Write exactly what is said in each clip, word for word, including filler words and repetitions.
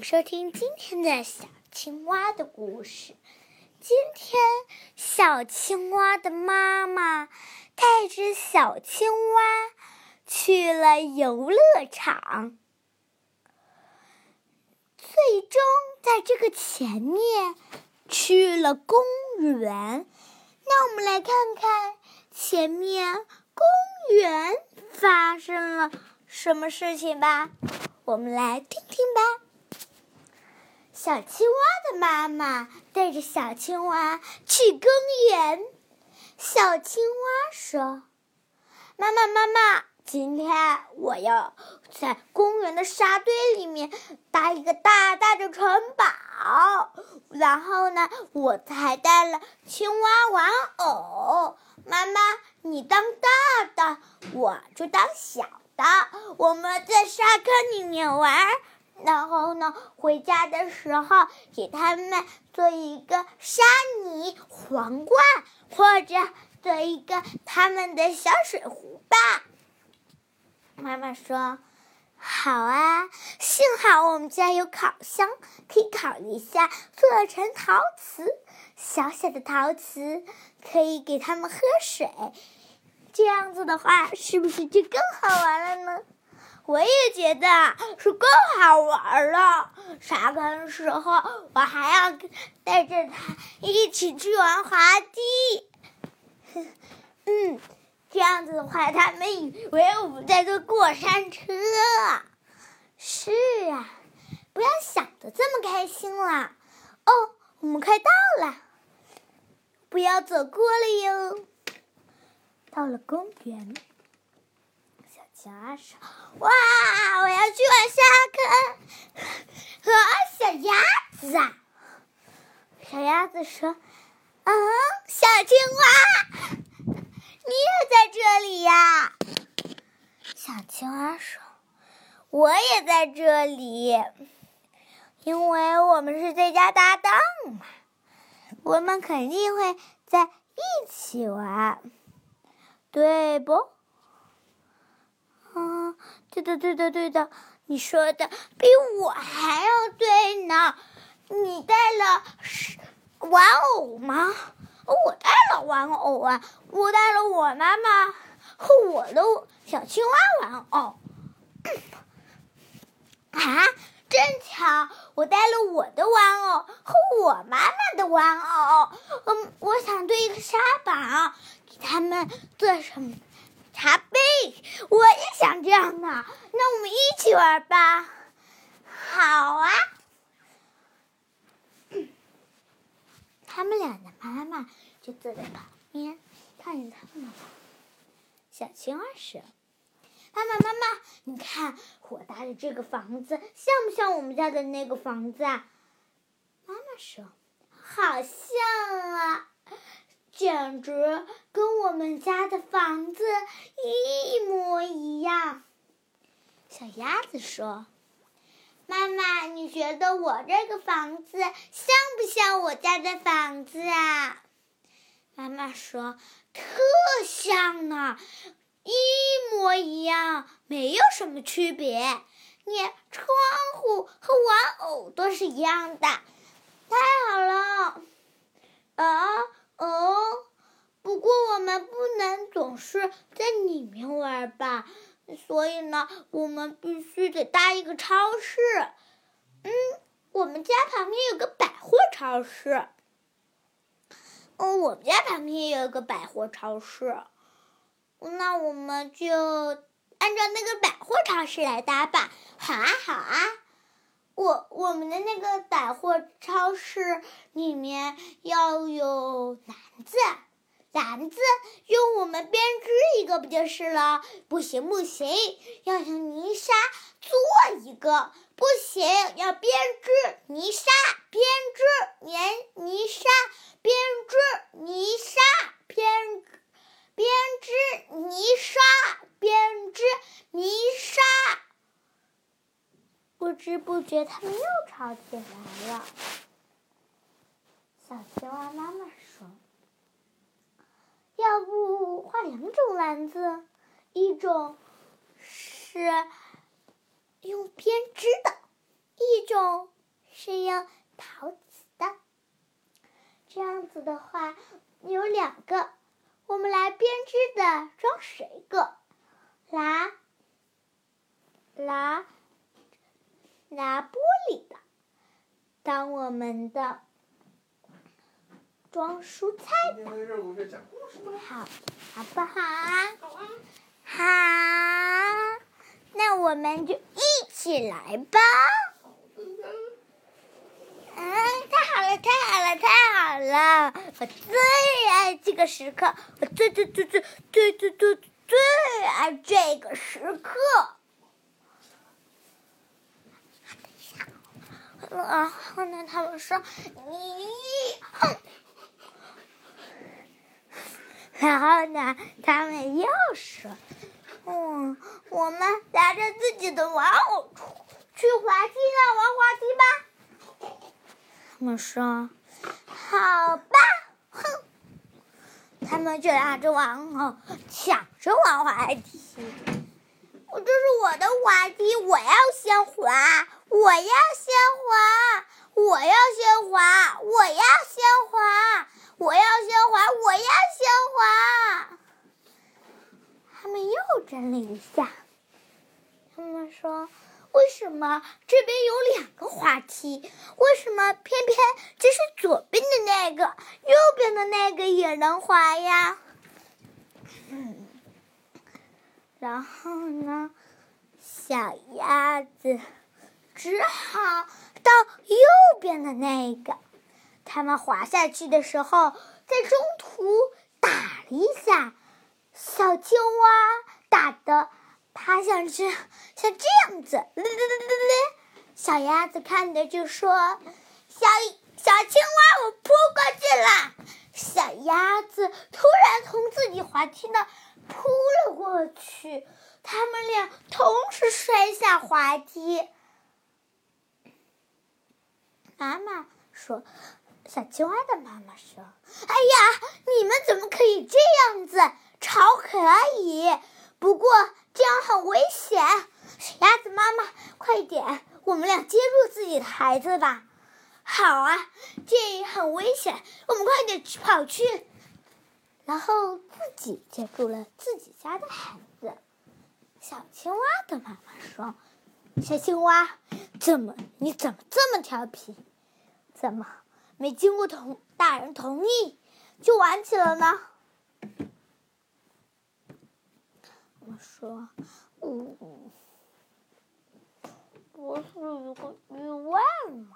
收听今天的小青蛙的故事。今天小青蛙的妈妈带着小青蛙去了游乐场，最终在这个前面去了公园。那我们来看看前面公园发生了什么事情吧，我们来听听吧。小青蛙的妈妈带着小青蛙去公园。小青蛙说：妈妈妈妈，今天我要在公园的沙堆里面搭一个大大的城堡，然后呢我还带了青蛙玩偶。妈妈你当大的，我就当小的，我们在沙坑里面玩，然后呢回家的时候给他们做一个沙泥皇冠，或者做一个他们的小水壶吧。妈妈说好啊，幸好我们家有烤箱，可以烤一下做成陶瓷，小小的陶瓷可以给他们喝水，这样子的话是不是就更好玩了呢？我也觉得是更好玩了。沙坑时候我还要带着他一起去玩滑梯。嗯，这样子的话他们以为我们在坐过山车。是啊，不要想得这么开心啦。哦，我们快到了，不要走过了哟。到了公园，小青蛙说：哇，我要去玩沙坑和小鸭子啊。小鸭子说：嗯，小青蛙你也在这里呀。小青蛙说：我也在这里，因为我们是最佳搭档嘛，我们肯定会在一起玩，对不？嗯，对的对的对的，你说的比我还要对呢。你带了玩偶吗？我带了玩偶啊，我带了我妈妈和我的小青蛙玩偶。啊，真巧，我带了我的玩偶和我妈妈的玩偶。嗯，我想堆一个沙堡，给他们做什么茶杯，我也想这样的。那我们一起玩吧。好啊。他们俩的妈妈就坐在旁边看着他们玩。小青蛙说：妈妈妈妈，你看我搭的这个房子像不像我们家的那个房子啊？妈妈说：好像啊，简直跟我们家的房子一模一样。小鸭子说：妈妈，你觉得我这个房子像不像我家的房子啊？妈妈说：特像呢，一模一样，没有什么区别，连窗户和玩偶都是一样的，太好了。啊哦，不过我们不能总是在里面玩吧，所以呢我们必须得搭一个超市。嗯，我们家旁边有个百货超市。嗯，我们家旁边也有个百货超市，那我们就按照那个百货超市来搭吧。好啊好啊，我我们的那个百货超市里面要有篮子，篮子用我们编织一个不就是了？不行不行，要用泥沙做一个，不行，要编织泥沙，编织粘泥沙，编织泥沙，编织编织泥沙，编织泥沙。不知不觉他们又吵起来了。小青蛙妈妈说：要不画两种篮子，一种是用编织的， 一种是用陶瓷的。这样子的话有两个，我们来编织的装谁个？拿拿拿玻璃的当我们的装蔬菜的。好，好不好啊？好，那我们就一起来吧。嗯，太好了，太好了，太好了！我最爱这个时刻，我最最最最最最最最爱这个时刻。然后呢，他们说你，哼。然后呢，他们又说，嗯，我们拿着自己的玩偶去滑梯了，玩滑梯吧。他们说，好吧，哼。他们就拿着玩偶抢着玩滑梯。我这是我的滑梯，我要先滑，我要先滑，我要先滑，我要先滑，我要先滑，我要先滑。他们又争了一下。他们说，为什么这边有两个滑梯？为什么偏偏只是左边的那个，右边的那个也能滑呀？嗯，然后呢，小鸭子只好到右边的那个。他们滑下去的时候，在中途打了一下，小青蛙打的它像是像这样子，小鸭子看着就说：“小小青蛙，我扑过去了。”小鸭子突然从自己滑梯那扑了过去，他们俩同时摔下滑梯。妈妈说。小青蛙的妈妈说：“哎呀，你们怎么可以这样子？吵可以，不过这样很危险。小鸭子妈妈，快点，我们俩接住自己的孩子吧。”好啊，这很危险，我们快点跑去。然后自己接住了自己家的孩子。小青蛙的妈妈说：“小青蛙，怎么你怎么这么调皮？怎么？”没经过同大人同意就玩起了呢？我说，嗯，不是一个意外吗？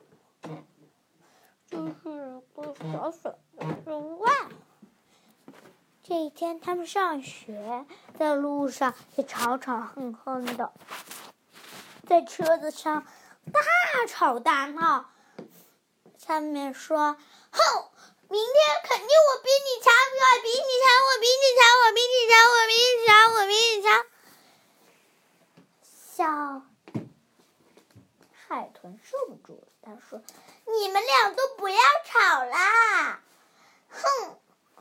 就是一个小小的意外。这一天，他们上学，在路上也吵吵哼哼的，在车子上大吵大闹。上面说：“哼，明天肯定我比你强，我比你强，我比你强，我比你强，我比你强，我比你强。”小海豚受不住了，他说：“你们俩都不要吵啦！哼，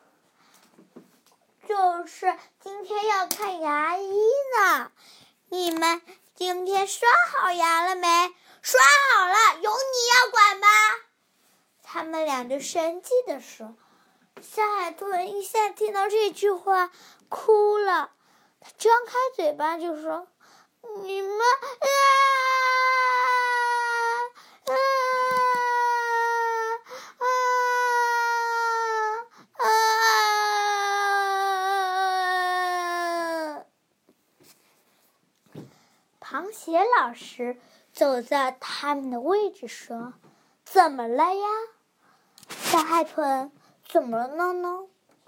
就是今天要看牙医呢。你们今天刷好牙了没？刷好了，有你要管吗？”他们俩就生气地说：“小海豚一下听到这句话，哭了。他张开嘴巴就说：‘你们啊啊啊啊！’”螃蟹老师走在他们的位置说：“怎么了呀？”小海豚怎么了呢？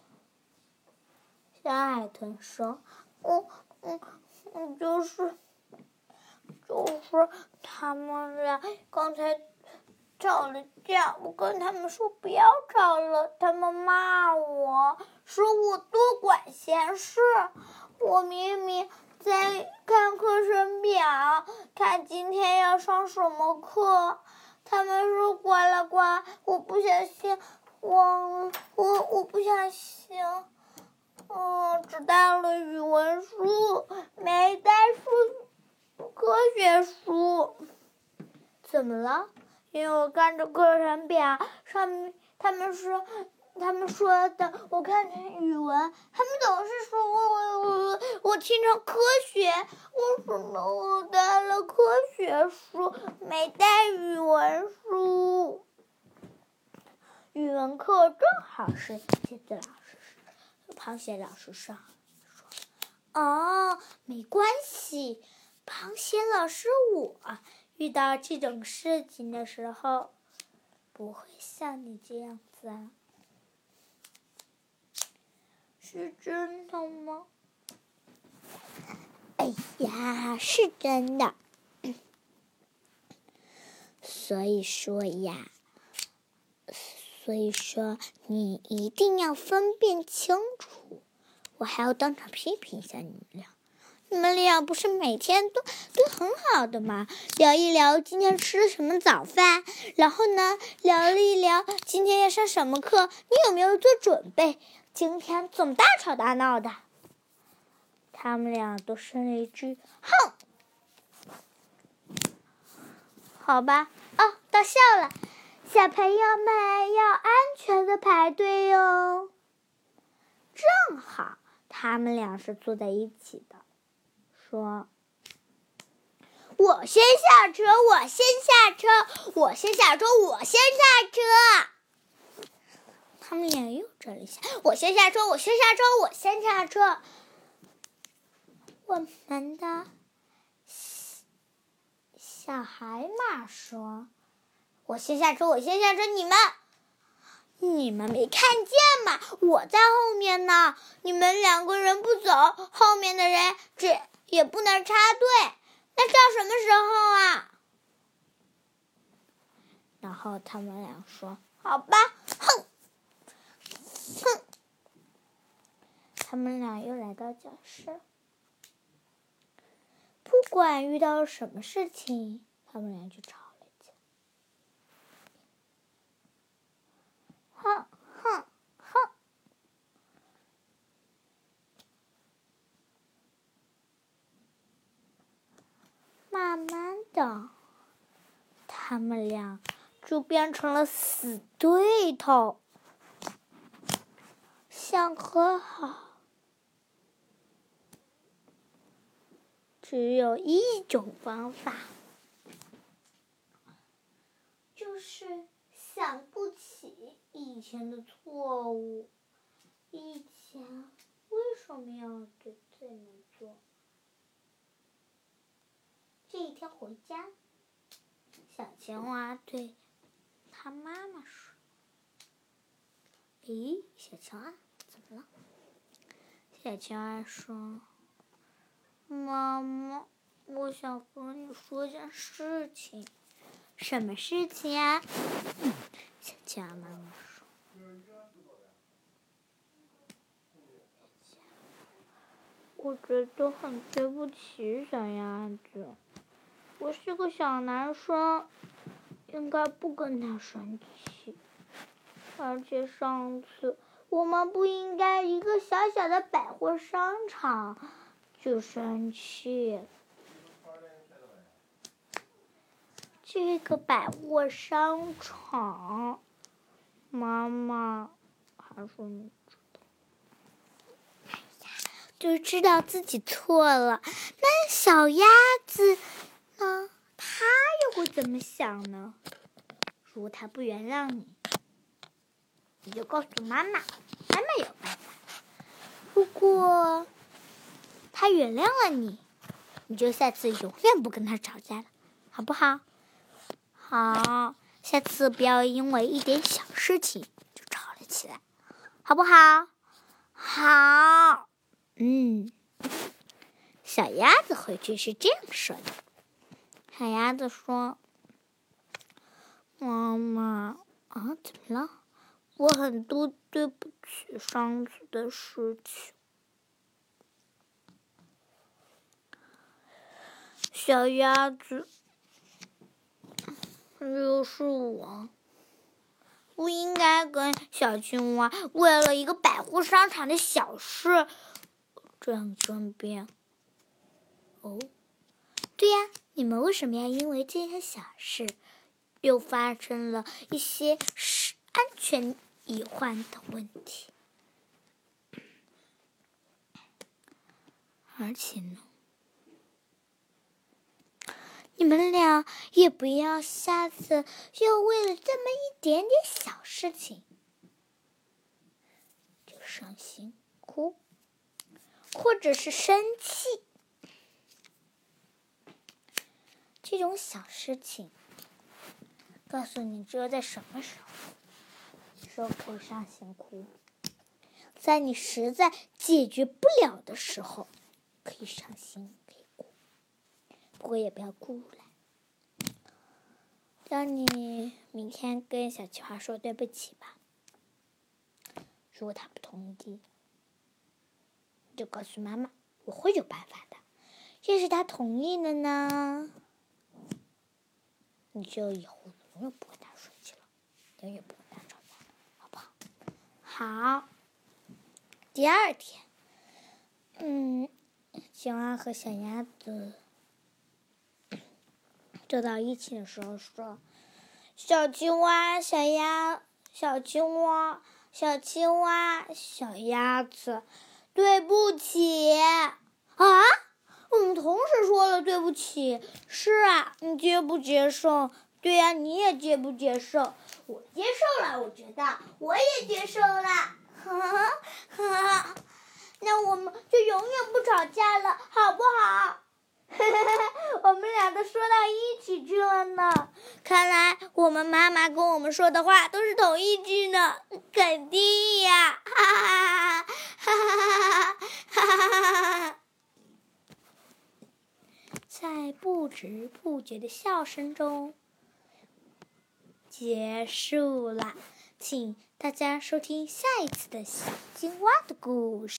小海豚说：“我，嗯，嗯，就是，就是他们俩刚才吵了架，我跟他们说不要吵了，他们骂我，说我多管闲事。我明明在看课程表，看今天要上什么课。”他们说呱啦呱，我不小心忘了，我我不小心，嗯，只带了语文书，没带数科学书。 怎么了？因为我看着课程表上面，他们说，他们说的，我看成语文，他们总是说我我我听成科学，为什么我带了科学书，没带语文书？语文课正好是蝎子老师、螃蟹老师上说，哦，没关系，螃蟹老师我遇到这种事情的时候，不会像你这样子啊。是真的吗？哎呀，是真的。所以说呀，所以说你一定要分辨清楚。我还要当场批评一下你们俩。你们俩不是每天都都很好的吗？聊一聊今天吃了什么早饭，然后呢，聊一聊今天要上什么课，你有没有做准备？今天怎么大吵大闹的？他们俩都说了一句“哼”。好吧，哦，到校了，小朋友们要安全的排队哦。正好他们俩是坐在一起的，说：“我先下车，我先下车，我先下车，我先下车。”他们俩又这了一下，我先下车，我先下车，我先下车。我们的小孩嘛说：“我先下车，我先下车，你们，你们没看见吗？我在后面呢。你们两个人不走，后面的人这也不能插队，那到什么时候啊？”然后他们俩说：“好吧，哼，哼。”他们俩又来到教室。不管遇到什么事情，他们俩就吵了起来。哼哼哼！慢慢的，他们俩就变成了死对头。想和好，只有一种方法，就是想不起以前的错误，以前为什么要对这么做？这一天回家，小青蛙对他妈妈说：“咦，小青蛙，怎么了？”小青蛙说：“妈妈，我想和你说件事情。”“什么事情啊？”小青蛙妈妈说：“我觉得很对不起小鸭子，我是个小男生，应该不跟他生气。而且上次我们不应该一个小小的百货商场就生气。这个百货商场，妈妈还说你知道，哎呀，就知道自己错了。那小鸭子呢？它又会怎么想呢？如果它不原谅你，你就告诉妈妈，妈妈有办法。如果他原谅了你，你就下次永远不跟他吵架了，好不好？好，下次不要因为一点小事情就吵了起来，好不好？好，嗯。小鸭子回去是这样说的。小鸭子说：“妈妈啊，怎么了？我很多对不起上次的事情。”小鸭子，就是我，不应该跟小青蛙为了一个百货商场的小事这样争辩。哦，对呀， 你们为什么要因为这件小事又发生了一些安全隐患的问题？而且呢，你们俩也不要下次又为了这么一点点小事情就伤心哭，或者是生气。这种小事情，告诉你只有在什么时候说可以伤心哭，在你实在解决不了的时候可以伤心可以哭，不过也不要哭来。让你明天跟小奇葩说对不起吧，如果他不同意，你就告诉妈妈我会有办法的。要是他同意了呢，你就以后永远不跟他生气了，永远不跟他吵架，好不好？好。第二天，嗯，青蛙和小鸭子走到一起的时候说：“小青蛙，小鸭，小青蛙，小青蛙，小鸭子，对不起啊！”我们同时说了对不起。是啊，你接不接受？对呀、啊，你也接不接受？我接受了，我觉得我也接受了。那我们就永远不吵架了，好不好？我们俩都说到一起去了呢。看来我们妈妈跟我们说的话都是同一句呢，肯定呀！哈哈哈哈哈哈！在不知不觉的笑声中结束了，请大家收听下一次的小青蛙的故事。